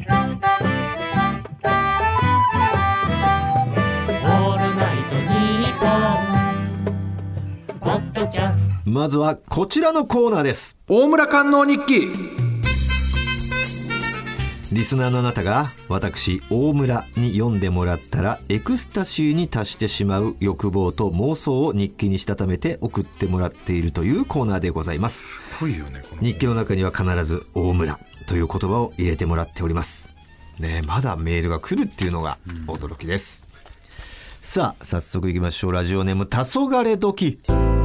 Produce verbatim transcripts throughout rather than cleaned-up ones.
まずはこちらのコーナーです。 大村官能日記。 リスナーのあなたが私大村に読んでもらったらエクスタシーに達してしまう欲望と妄想を日記にしたためて送ってもらっているというコーナーでございます。 すごいよね、この日記の中には必ず大村という言葉を入れてもらっておりますね。まだメールが来るっていうのが驚きです、うん、さあ早速いきましょう。ラジオネーム黄昏時。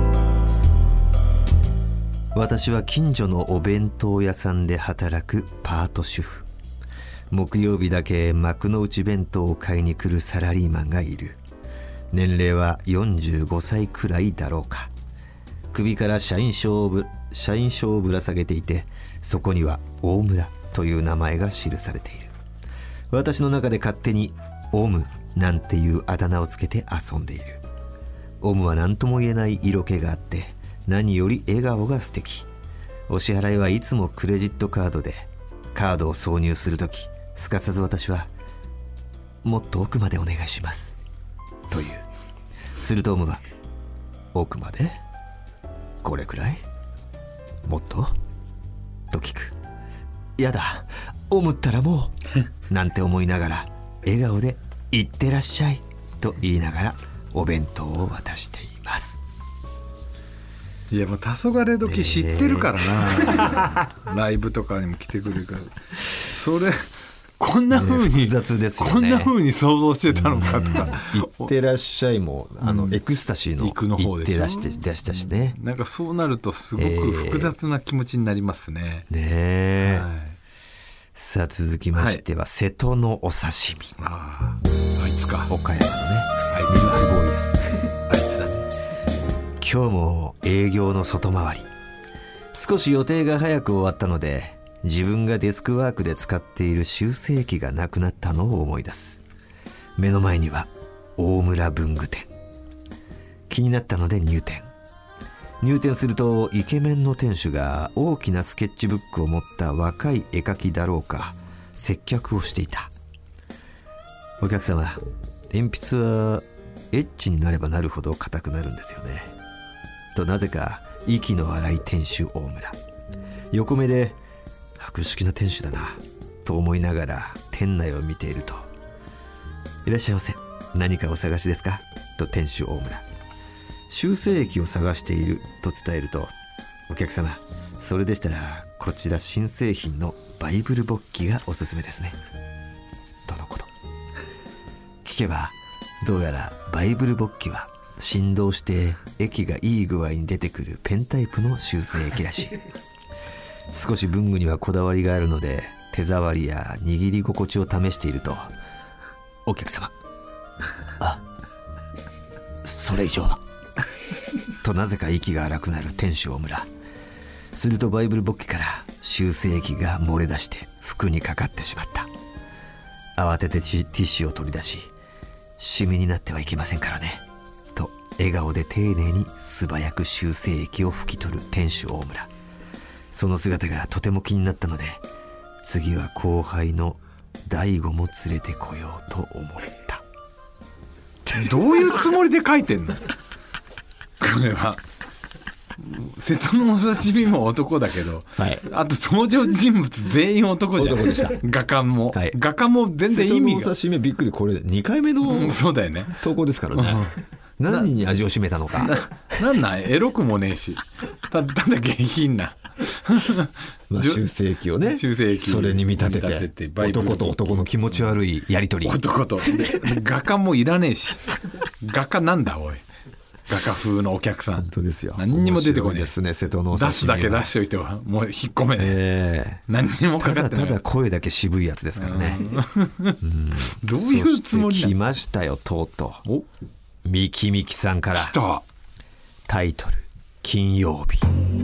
私は近所のお弁当屋さんで働くパート主婦。木曜日だけ幕の内弁当を買いに来るサラリーマンがいる。年齢はよんじゅうごさいくらいだろうか。首から社員証をぶ社員証をぶら下げていて、そこには大村という名前が記されている。私の中で勝手にオムなんていうあだ名をつけて遊んでいる。オムは何とも言えない色気があって、何より笑顔が素敵。お支払いはいつもクレジットカードで、カードを挿入するときすかさず私はもっと奥までお願いしますという。するとオムは奥までこれくらいもっとと聞く。やだ、オムったらもうなんて思いながら笑顔でいってらっしゃいと言いながらお弁当を渡しています。 いやもう黄昏時知ってるからな、えー、ライブとかにも来てくれるから。それこんな風に、 複雑ですよね。 こんな風に想像してたのかとか。 いってらっしゃいもあの、うん、エクスタシーの行くの方でしょ。 いってらして出したしね。 なんかそうなるとすごく複雑な気持ちになりますね、 えー、ねえ、はい、さあ続きましては、はい、瀬戸のお刺身。 ああいつか、 岡山のねあいつだ、 ミルクボーイです。 あいつだ。 今日も営業の外回り。少し予定が早く終わったので、自分がデスクワークで使っている修正機がなくなったのを思い出す。目の前には大村文具店。気になったので入店。入店するとイケメンの店主が大きなスケッチブックを持った若い絵描きだろうか、接客をしていた。お客様、鉛筆はエッチになればなるほど硬くなるんですよねと、なぜか息の荒い店主大村。横目で博識な店主だなと思いながら店内を見ていると、いらっしゃいませ、何かお探しですかと店主大村。修正液を探していると伝えると、お客様、それでしたらこちら新製品のバイブル簿記がおすすめですねとのこと。聞けばどうやらバイブル簿記は振動して液がいい具合に出てくるペンタイプの修正液らしい。少し文具にはこだわりがあるので、手触りや握り心地を試していると、お客様、あ、それ以上はとなぜか息が荒くなる店主大村。するとバイブル簿記から修正液が漏れ出して服にかかってしまった。慌ててティッシュを取り出し、シミになってはいけませんからねと笑顔で丁寧に素早く修正液を拭き取る店主大村。その姿がとても気になったので、次は後輩の大悟も連れてこようと思った。 どういうつもりで書いてんのこれは。瀬戸のお刺身も男だけど、はい、あと登場人物全員男じゃん。 男でした。 画家も、はい、画家も全然意味が。 瀬戸のお刺身びっくり、これにかいめの、うん、そうだよね、投稿ですからね。何に味を占めたのか。な、 なんなんエロくもねえし、た, ただ下品なまあ修正液をね、 修正液それに見立て て, 見立てて男と男の気持ち悪いやり取り、 男と画家もいらねえし、画家なんだおい、画家風のお客さん。 本当ですよ。 何にも出てこないですね、瀬戸のお刺身。 出すだけ出しといてはもう引っ込めね、えー、何にもかかってない。 ただただ声だけ渋いやつですからね。うん、 どういうつもりなの。そして来ましたよ、とうとう。おミキミキさんから来た。 タイトル、金曜日。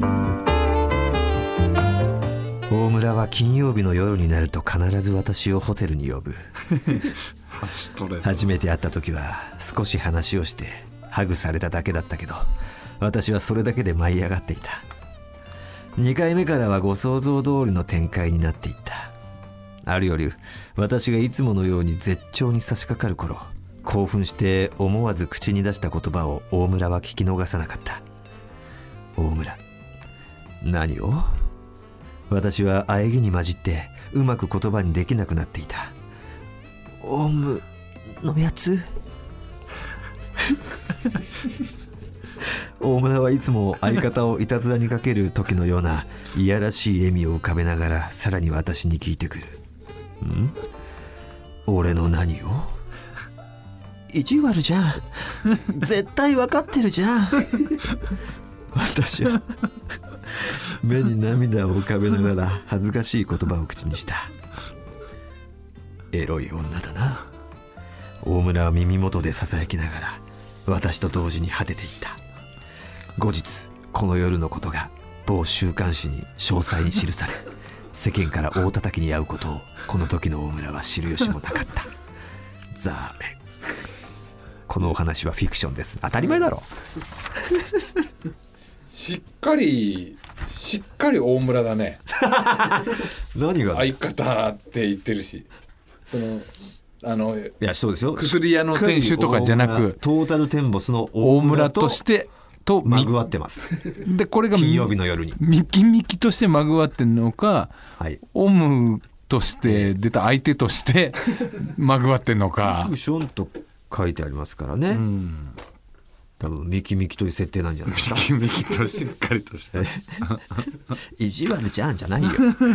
大村は金曜日の夜になると必ず私をホテルに呼ぶ。初めて会った時は少し話をしてハグされただけだったけど、私はそれだけで舞い上がっていた。にかいめからはご想像通りの展開になっていった。 ある夜、私がいつものように絶頂に差し掛かる頃、興奮して思わず口に出した言葉を大村は聞き逃さなかった。大村、何を？私は喘ぎに混じってうまく言葉にできなくなっていた。オウムのやつ大村はいつも相方をいたずらにかける時のようないやらしい笑みを浮かべながら、さらに私に聞いてくる。ん？俺の何を？意地悪じゃん。絶対分かってるじゃん。私は目に涙を浮かべながら恥ずかしい言葉を口にした。エロい女だな。大村は耳元でささやきながら私と同時に果てていった。後日この夜のことが某週刊誌に詳細に記され、世間から大叩きに遭うことをこの時の大村は知る由もなかった。ザーメン。このお話はフィクションです。当たり前だろ。 しっかりしっかり大村だね。 何が？ 相方って言ってるし、そのあのいやそうですよ、 薬屋の店主とかじゃなくトータルテンボスの大村としてとまぐわってます。 でこれが金曜日の夜にミキミキとしてまぐわってんのか、はい、オムとして出た相手としてまぐわってんのか。 フィクションと書いてありますからね、うん、多分ミキミキという設定なんじゃないですか。 ミキミキとしっかりとして意地悪じゃんじゃないよ。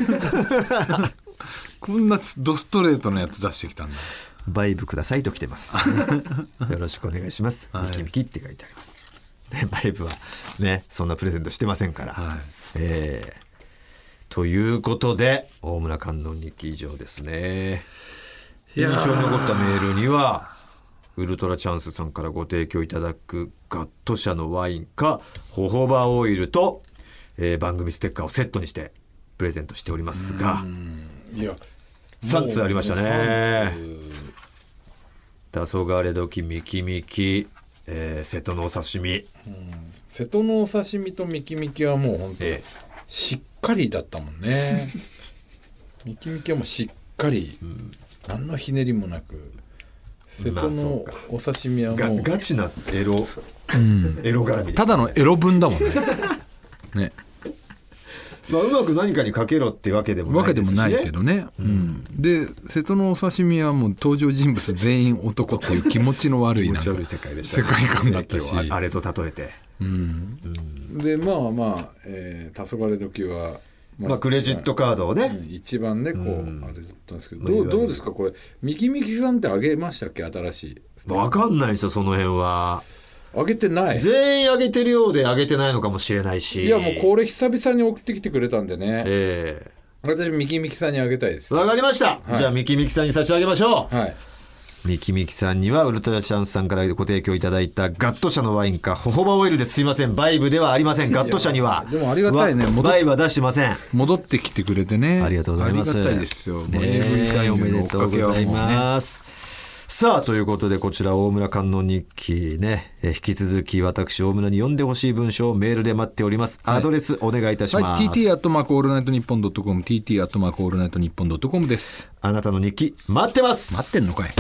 こんなドストレートのやつ出してきたんだ。 バイブくださいと来てます。よろしくお願いします、はい、ミキミキって書いてあります。バイブはねそんなプレゼントしてませんから、はい、えー、ということで大村観音日記以上ですね。印象に残ったメールにはウルトラチャンスさんからご提供いただくガット社のワインかホホバオイルと、えー、番組ステッカーをセットにしてプレゼントしておりますが、 いやさんつありましたね。黄昏時ミキミキ、えー、瀬戸のお刺身、うん、 瀬戸のお刺身とミキミキはもう本当にしっかりだったもんね。ミキミキはもうしっかり、うん、何のひねりもなく、瀬戸のお刺身はもう、 まあ、ガチなエロ、うん、エロ絡みで、 ただのエロ分だもんね。ね、 まあ、うまく何かにかけろってわけでもないですし、ね、 わけでもないけどね、うん、で瀬戸のお刺身はもう登場人物全員男っていう気持ちの悪いなんか世界でした、ね、 世界観だったし、 あれと例えて、 うんうん、でまあまあ、えー、黄昏時はまあまあ、クレジットカードをね、 うん、一番ねこう、うん、あれだったんですけど、どう、どうですかこれミキミキさんってあげましたっけ？新しい分かんないですよその辺は。 あげてない。 全員あげてるようであげてないのかもしれないし。 いやもうこれ久々に送ってきてくれたんでね、 えー、私ミキミキさんにあげたいです。 わかりました、はい、じゃあミキミキさんに差し上げましょう、 はい、 ミキミキさんにはウルトラチャンスさんからご提供いただいたガット社のワインかホホバオイルです。すいません、バイブではありません。ガット社にはでもありがたいね、 バイブは出してません。 戻ってきてくれてね、 ありがとうございます。 ありがたいですよ、 ね、おめでとうございます、ね。さあということでこちら大村観音日記ね、え引き続き私大村に読んでほしい文章をメールで待っております。アドレスお願いいたします、はい、 ティーティー アットマークオールナイトニッポンドットコム ティーティー アットマークオールナイトニッポンドットコム です。 あなたの日記待ってます。 待ってんのかい。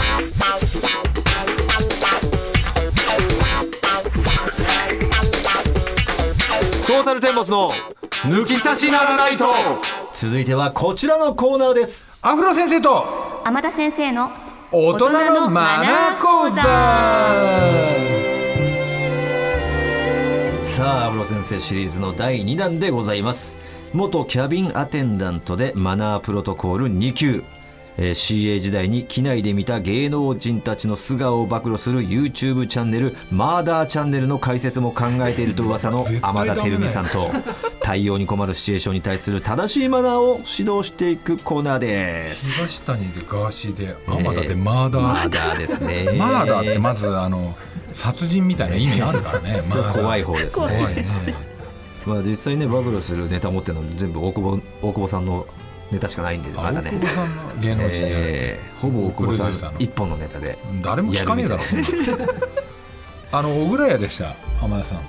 トータルテンボスの抜き差しならないと。続いてはこちらのコーナーです。 アフロ先生と天田先生の大人のマナー講座。 さあアフロ先生シリーズのだいにだんでございます。元キャビンアテンダントでマナープロトコールに級、えー、シーエー 時代に機内で見た芸能人たちの素顔を暴露する YouTube チャンネルマーダーチャンネルの解説も考えていると噂の天田照美さんと対応に困るシチュエーションに対する正しいマナーを指導していくコーナーです。 東谷でガーシーで天田でマーダー、 えー、マーダーですね。 マーダーってまずあの殺人みたいな意味あるからね。 ちょっと怖い方ですね。 怖いね。 まあ実際ね暴露するネタ持ってるの全部大久保大久保さんのネタしかないんで、まだね、 大久保さんの芸能人、 えー、ほぼ大久保さん一本のネタで誰も聞かねえだろ。あの小倉屋でした天田さん。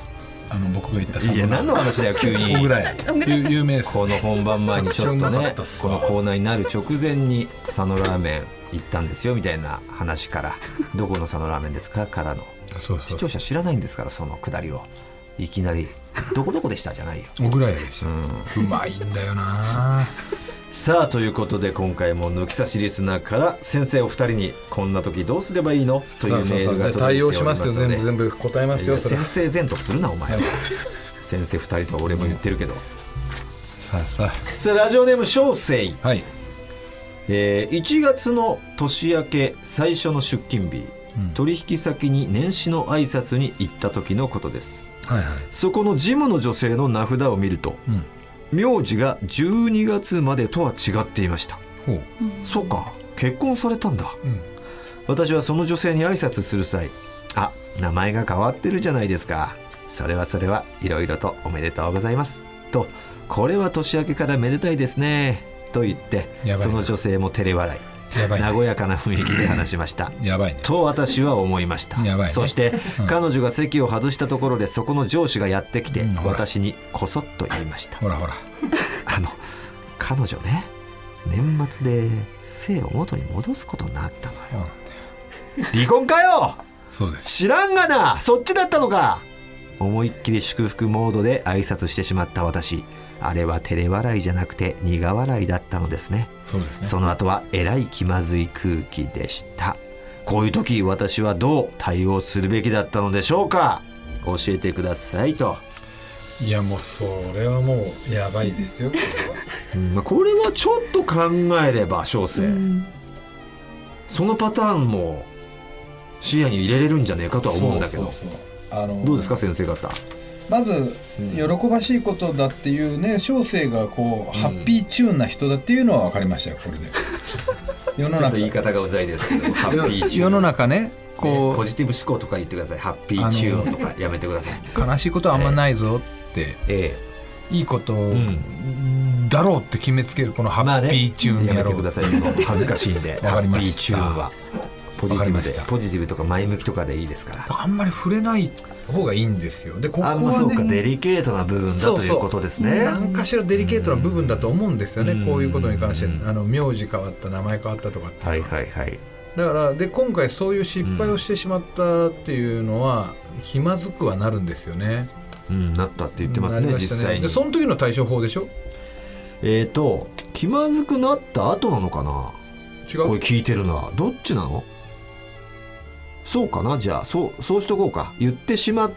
あの僕が言ったいや何の話だよ急に小倉屋有名です。 この本番前にちょっとねこのコーナーになる直前に佐野ラーメン行ったんですよみたいな話からどこの佐野ラーメンですかからのそうそう、 視聴者知らないんですからそのくだりをいきなりどこどこでしたじゃないよ小倉屋でした、うん、うまいんだよな。 さあということで今回も抜き差しリスナーから先生お二人にこんな時どうすればいいのというメールが届いておりますので対応しますよ。全部全部答えますよ。 先生前とするなお前先生二人とは俺も言ってるけど、 さあさあさあラジオネーム小生、 はい、 えー、いちがつの年明け最初の出勤日、うん、取引先に年始の挨拶に行った時のことです、はいはい、そこの事務の女性の名札を見ると、うん、名字がじゅうにがつまでとは違っていました。ほう、そうか結婚されたんだ、うん、私はその女性に挨拶する際、あ、名前が変わってるじゃないですか、それはそれはいろいろとおめでとうございますと、これは年明けからめでたいですねと言ってその女性も照れ笑い和やかな雰囲気で話しましたやばい、ね、 と私は思いました、やばいね、そして、うん、彼女が席を外したところでそこの上司がやってきて、うん、私にこそっと言いました。 ほらほらあの彼女ね年末で姓を元に戻すことになったのよ。離婚かよ。 そうです。 知らんがな、そっちだったのか。思いっきり祝福モードで挨拶してしまった私、あれは照れ笑いじゃなくて苦笑いだったのですね。 そうですね。 その後はえらい気まずい空気でした。こういう時私はどう対応するべきだったのでしょうか、教えてくださいと。 いやもうそれはもうやばいですよこれは、 うん、これはちょっと考えれば小生、うん、そのパターンも視野に入れれるんじゃねえかとは思うんだけど、そうそうそう、あのー、どうですか先生方。 まず喜ばしいことだっていうね、小生がこう、うん、ハッピーチューンな人だっていうのは分かりましたよこれで世の中ちょっと言い方がうざいですけどハッピーチューン、 世の中ねこう、 ね、ポジティブ思考とか言ってください。ハッピーチューンとかやめてください。 悲しいことはあんまないぞって、ええ、いいことだろうって決めつけるこのハッピーチューンやろう、 まあね、やめてください。その恥ずかしいんでハッピーチューンはポジティブでポジティブとか前向きとかでいいですから、 あんまり触れない方がいいんですよ。でここは、ね、 あ、そうかデリケートな部分だということですね。 何かしらデリケートな部分だと思うんですよね、こういうことに関して。あの名字変わった名前変わったとかって、 はいはいはい、 だからで今回そういう失敗をしてしまったっていうのは、うん、気まずくはなるんですよね、 うん、なったって言ってますね、実際に。 でその時の対処法でしょ。 えーと気まずくなった後なのかな。 違う、 これ聞いてるのはどっちなの。そうかな、じゃあそう、そうしとこうか。言ってしまって、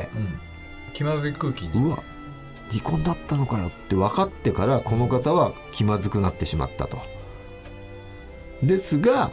うん、 気まずい空気に、 うわ離婚だったのかよって分かってからこの方は気まずくなってしまったと。ですが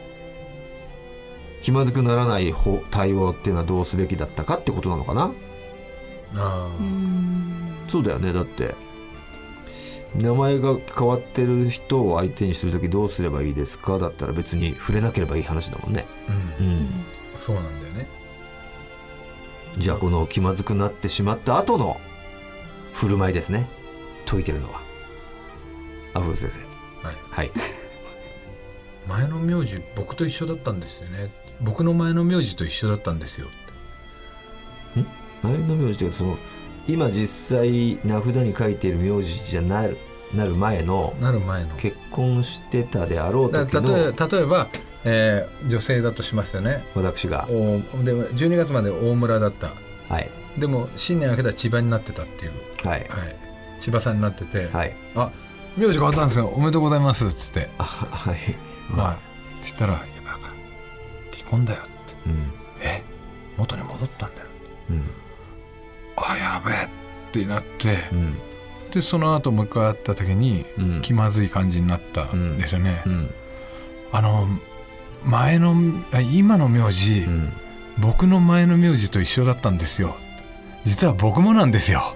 気まずくならない対応っていうのはどうすべきだったかってことなのかな。あ、そうだよね。だって名前が変わってる人を相手にするときどうすればいいですかだったら別に触れなければいい話だもんね、うんうん、 そうなんだよね。 じゃあこの気まずくなってしまった後の振る舞いですね、解いてるのはアフロ先生。はい、はい、 前の名字僕と一緒だったんですよね。僕の前の名字と一緒だったんですよ。 ん前の名字ってその今実際名札に書いている名字じゃなる、なる前のなる前の結婚してたであろう時の、 例えば、例えば、えー、女性だとしますよね。 私がおでじゅうにがつまで大村だった、 はい、 でも新年明けたら千葉になってたっていう、 はいはい、 千葉さんになってて、 はい、 あ名字変わったんですよおめでとうございますっつって、 あ、はい、 まあ、って言ったら、いやバカ離婚だよって、うん、え元に戻ったんだよ、うん、あやべえってなって、うん、でその後もう一回会った時に、うん、気まずい感じになったんですよね、うんうん、あの前の今の名字、うん、僕の前の名字と一緒だったんですよ、実は僕もなんですよ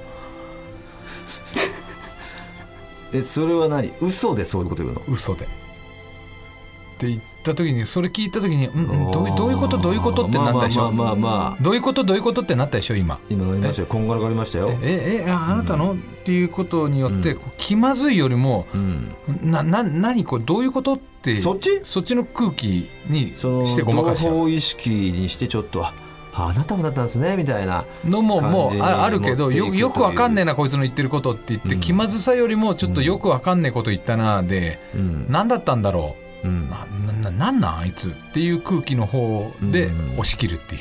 えそれは何、嘘でそういうこと言うの。 嘘でって言った時に、それ聞いた時に、うん、どういうどういうことどういうことってなったでしょ。まあまあまあまあ、どういうことどういうことってなったでしょ。今今なりましたよ、こんがらがりましたよ。 えええあなたの、うん、っていうことによって、うん、気まずいよりも、うん、なな何これどういうことってそっちそっちの空気にしてごまかしちゃう。 同胞意識にしてちょっとああなたもだったんですねみたいなのももう あ, あるけど よ, よくわかんねえなこいつの言ってることって言って、うん、気まずさよりもちょっとよくわかんねえこと言ったなで、うん、何だったんだろう、うん、な, な, なんなんあいつっていう空気の方で押し切るっていう、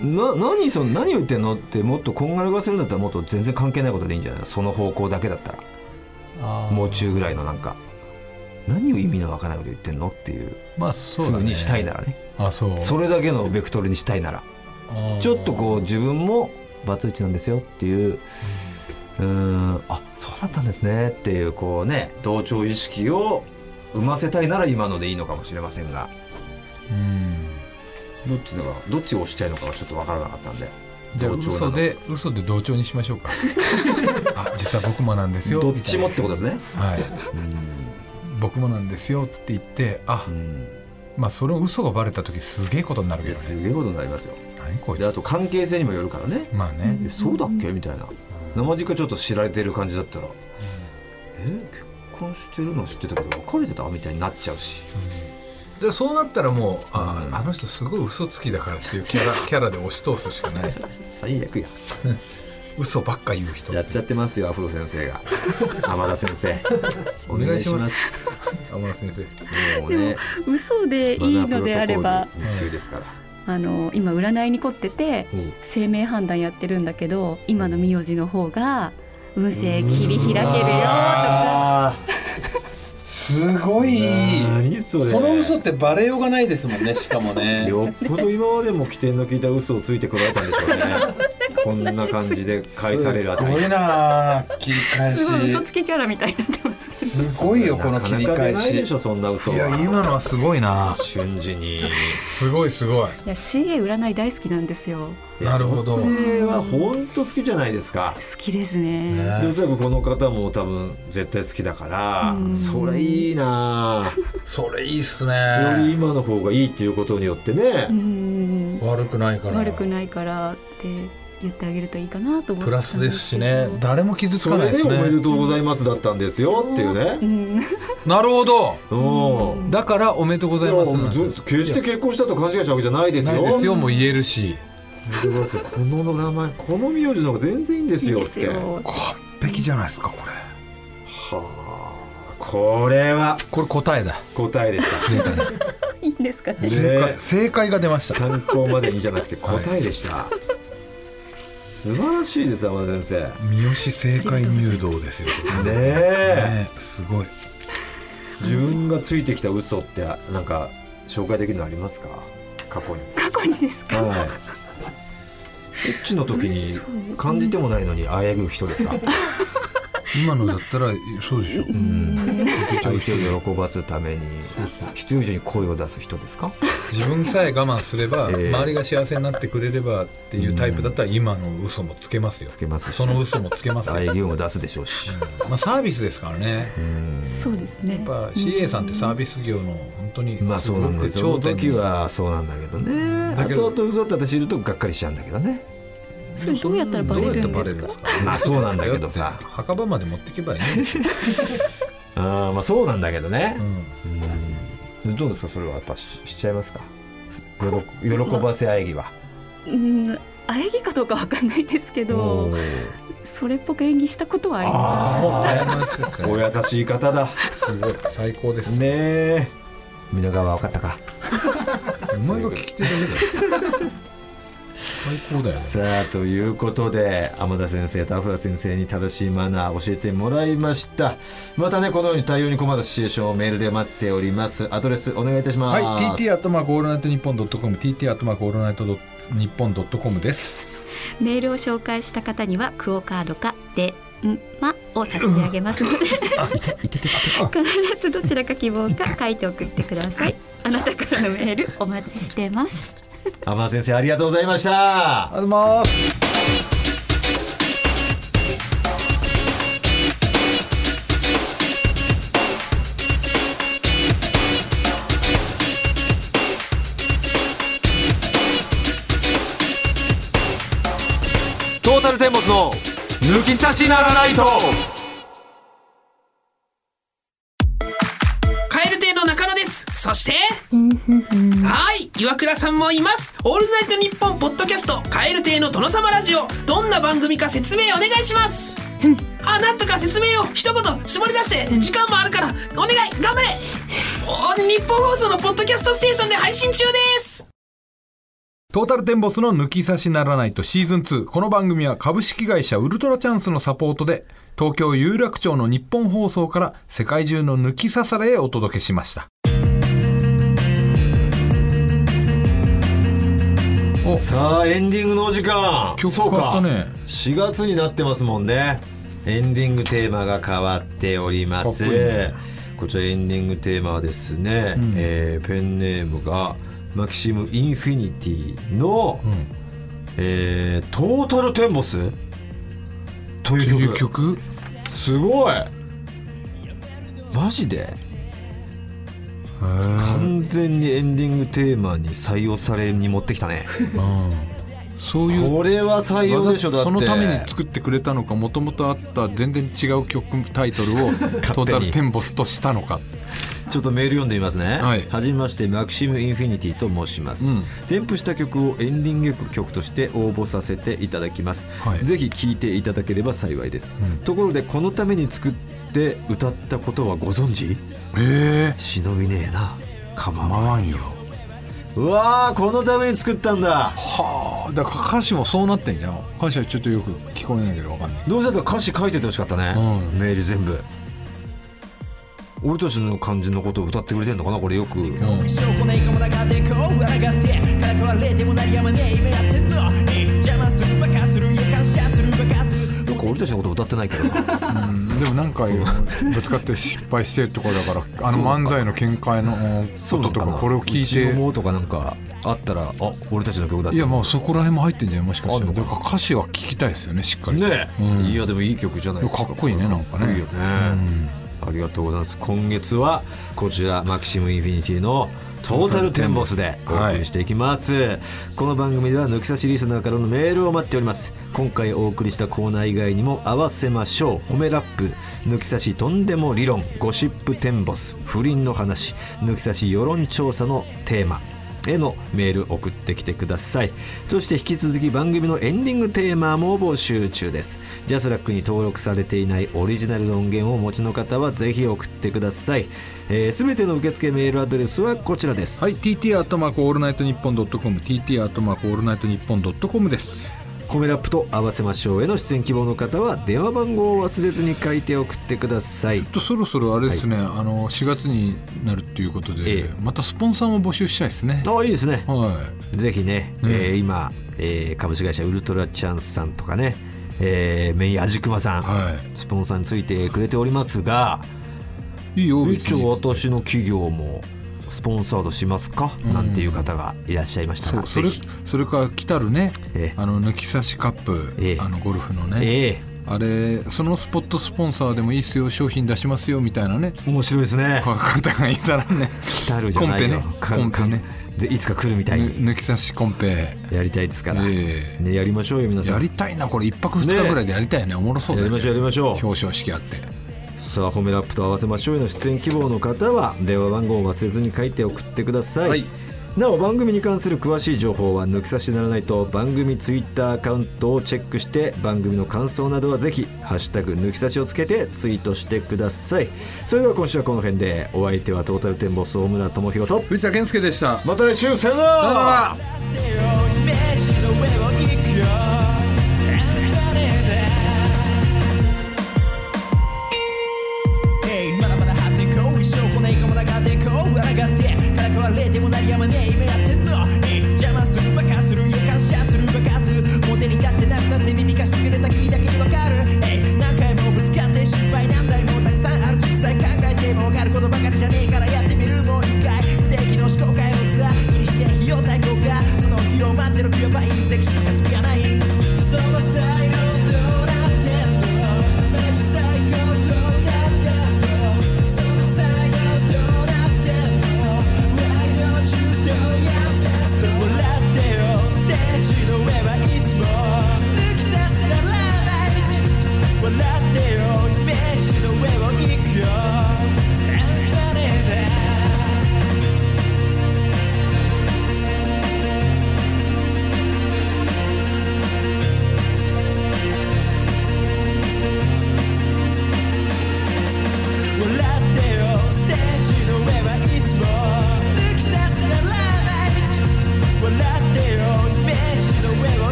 うん、な 何, その何を言ってんのってもっとこんがらがせるんだったらもっと全然関係ないことでいいんじゃないの、その方向だけだったら。あもう中ぐらいのなんか何を意味のわからないこと言ってんのっていう風にしたいならね、 あ そ, うそれだけのベクトルにしたいならちょっとこう自分もバツイチなんですよっていう、うーんあそうだったんですねっていうこうね同調意識を生ませたいなら今のでいいのかもしれませんが、うんどっちのがどっちを押したいのかはちょっと分からなかったんで、 じゃあ嘘で嘘で同調にしましょうかあ実は僕もなんですよどっちもってことですね、 はい、うん僕もなんですよって言ってあ、うん、まあその嘘がバレた時すげえことになるけどね。 すげえことになりますよ。 何こいつ。 であと関係性にもよるからね。 まあね。 えそうだっけみたいな、うん、生実家ちょっと知られてる感じだったら、うん、え結婚してるの知ってたけど別れてたみたいになっちゃうし、 うん、でそうなったらもう あ, あの人すごい嘘つきだからっていうキャラキャラで押し通すしかない最悪や嘘ばっか言う人やっちゃってますよアフロ先生が天田先生お願いします天田先生。 もう、ね、でも嘘でいいのであれば、 ですからあの今占いに凝ってて生命判断やってるんだけど今の名字の方が運勢切り開けるよとかすごい何それ。 その嘘ってバレようがないですもんね。しかもねよっぽど今までも起点の効いた嘘をついてこられたんでしょうねこんな感じで返されるあたりすごいな切り返しすごい嘘つきキャラみたいになってます、 ね、すごいよこの切り返し。なかなかないでしょそんな嘘は。 いや今のはすごいな瞬時にすごいすごい。 いや シーエー 占い大好きなんですよ。 なるほど。 女性は本当好きじゃないですか。 好きですね。 でおそらくこの方も多分絶対好きだからそれいいなそれいいっすね。 より今の方がいいっていうことによってねうん悪くないから悪くないからって言ってあげるといいかなと思って。 プラスですしね。誰も傷つかないですね。 それでおめでとうございますだったんですよっていうね、うん、 なるほど。だからおめでとうございますなんです。 決して結婚したと勘違いしたわけじゃないですよ。 ないですよもう言えるしこの名前この名字の方が全然いいんですよって完璧じゃないですかこれ。 はあこれはこれ答えだ。 答えでした出たねいいんですかね。 正解、正解が出ました。 参考までにじゃなくて答えでした、はい、素晴らしいです天田先生。 三好正解入道ですよねえ、 ねすごい。 自分がついてきた嘘ってなんか紹介できるのありますか過去に。 過去にですか、 はい、エッチの時に感じてもないのにあえぐ人ですか今のだったらそうでしょ。うん、 相手を喜ばすために必要以上に声を出す人ですか。 自分さえ我慢すれば、えー、周りが幸せになってくれればっていうタイプだったら今の嘘もつけますよ。 つけますし、 その嘘もつけますよ。 愛義も出すでしょうし、 うんまあ、サービスですからね。 うんそうですね。 やっぱ シーエー さんってサービス業の本当にすごく頂点に、その時はそうなんだけどね。だけど後々嘘だったって知るとがっかりしちゃうんだけどね。 それどうやったらバレるんですか。 まあそうなんだけどさ墓場まで持っていけばいいんでしょあまあそうなんだけどね、 うん、 うんどうですかそれはやっぱ し, しちゃいますか喜ばせあえぎは。 うんあえぎかどうかわかんないですけどそれっぽく演技したことはあります。 あお優しい方だ。 すごい最高ですねえ。皆川は分かったかお前が聞き手だけだよ最高だよね。 さあということで天田先生とアフラ先生に正しいマナー教えてもらいました。またねこのように対応に困ったシチュエーションをメールで待っております。アドレスお願いいたします。 はい ティーティー アットマークオールナイトニッポンドットコム ティーティー アットマークオールナイトニッポンドットコムです。 メールを紹介した方にはクオカードかでんまを差し上げますので必ずどちらか希望か書いて送ってください。あなたからのメールお待ちしてます。 天田先生ありがとうございました。 ありがとうございます。 トータルテンボスの抜き差しならないと。 蛙亭の中野です。 そしてはい岩倉さんもいます。オールナイトニッポンポッドキャスト蛙亭の殿様ラジオ、どんな番組か説明お願いします。あ、なんとか説明を一言絞り出して、時間もあるからお願い頑張れ。日本放送のポッドキャストステーションで配信中です。 トータルテンボスの抜き差しならないとシーズンツー。この番組は株式会社ウルトラチャンスのサポートで東京有楽町の日本放送から世界中の抜き差されへお届けしました。 さあエンディングのお時間。 曲変わったね。 しがつになってますもんね。エンディングテーマが変わっております。 かっこいいね。 こちらエンディングテーマはですね、うんえー、ペンネームがマキシムインフィニティの、うんえー、トータルテンボスという曲。 という曲すごいマジで完全にエンディングテーマに採用されに持ってきたね。そういうこれは採用でしょ。だってそのために作ってくれたのか、もともとあった全然違う曲タイトルをトータルテンボスとしたのか。 ちょっとメール読んでみますね。 はい、 はじめましてマキシムインフィニティと申します、うん、添付した曲をエンディング曲として応募させていただきます、はい、ぜひ聴いていただければ幸いです、うん、ところでこのために作って歌ったことはご存知？ えー、 忍びねえな構わんよ。 うわーこのために作ったんだ。 はあ、だから歌詞もそうなってんじゃん。歌詞はちょっとよく聞こえないけど分かんない。 どうせだったら歌詞書いててほしかったね、うん、メール全部俺たちの感じのことを歌ってくれてんのかなこれよく、うん、なんか俺たちのこと歌ってないけどな、うん、 でも何回ぶつかって失敗してるところだからあの漫才の見解のこととかこれを聞いてうちのとかなんかあったらあ俺たちの曲だって。 いやまあそこら辺も入ってんじゃんもしかしたら。だから歌詞は聞きたいですよねしっかりね、 うん、 いやでもいい曲じゃないですか。 かっこいいねなんかね。いいよね、 うん、ありがとうございます。今月はこちらマキシムインフィニティのトータルテンボスでお送りしていきます、はい、この番組では抜き差しリスナーからのメールを待っております。今回お送りしたコーナー以外にも合わせましょう、褒めラップ、抜き差しとんでも理論、ゴシップテンボス、不倫の話、抜き差し世論調査のテーマへのメール送ってきてください。そして引き続き番組のエンディングテーマも募集中です。ジャスラックに登録されていないオリジナルの音源をお持ちの方はぜひ送ってください。えー、全ての受付メールアドレスはこちらです。 はい、ティーティー アットマークオールナイトニッポンドットコム ティーティー アットマークオールナイトニッポンドットコムです。 褒めラップと合わせましょうへの出演希望の方は電話番号を忘れずに書いて送ってください。 ちょっとそろそろあれですね、はい、あのしがつになるということで、ええ、またスポンサーも募集したいですね。 あ、いいですね、 はい、 ぜひね、うん、えー、今、えー、株式会社ウルトラチャンスさんとかね、えー、メインアジクマさん、はい、スポンサーについてくれておりますが、 いいよ一応私の企業もスポンサードしますか、うん、なんていう方がいらっしゃいましたら、 それそれから来たるね、えー、あの抜き差しカップ、えー、あのゴルフのね、えー、あれそのスポットスポンサーでもいいっすよ、商品出しますよみたいなね、 面白いですね、 方がいたらね、 来たるじゃないよ、 コンペね、 いつか来るみたいに抜き差しコンペやりたいですから、 えーね、やりましょうよ皆さん。 やりたいなこれいっぱくふつかぐらいでやりたい ね, ねおもろそうだよね。 やりましょうやりましょう。 表彰式あって。 さあ褒めラップと合わせましょうへの出演希望の方は電話番号を忘れずに書いて送ってください、はい、なお番組に関する詳しい情報は抜き差しならないと番組ツイッターアカウントをチェックして番組の感想などはぜひハッシュタグ抜き差しをつけてツイートしてください。それでは今週はこの辺で、お相手はトータルテンボス大村智広と藤田健介でした。 また来週、さよなら。 さよなら。 でも鳴りやまねえ今やってんの、え邪魔するバカするいや感謝するバカず表に立ってなくなって耳貸してくれた君だけにわかる、え何回もぶつかって失敗何台もたくさんある、実際考えてもわかることばかりじゃねえからやってみるもう一回不定期の思考回路さ気にして費用対効果その費用待ってろキュアバインセクシー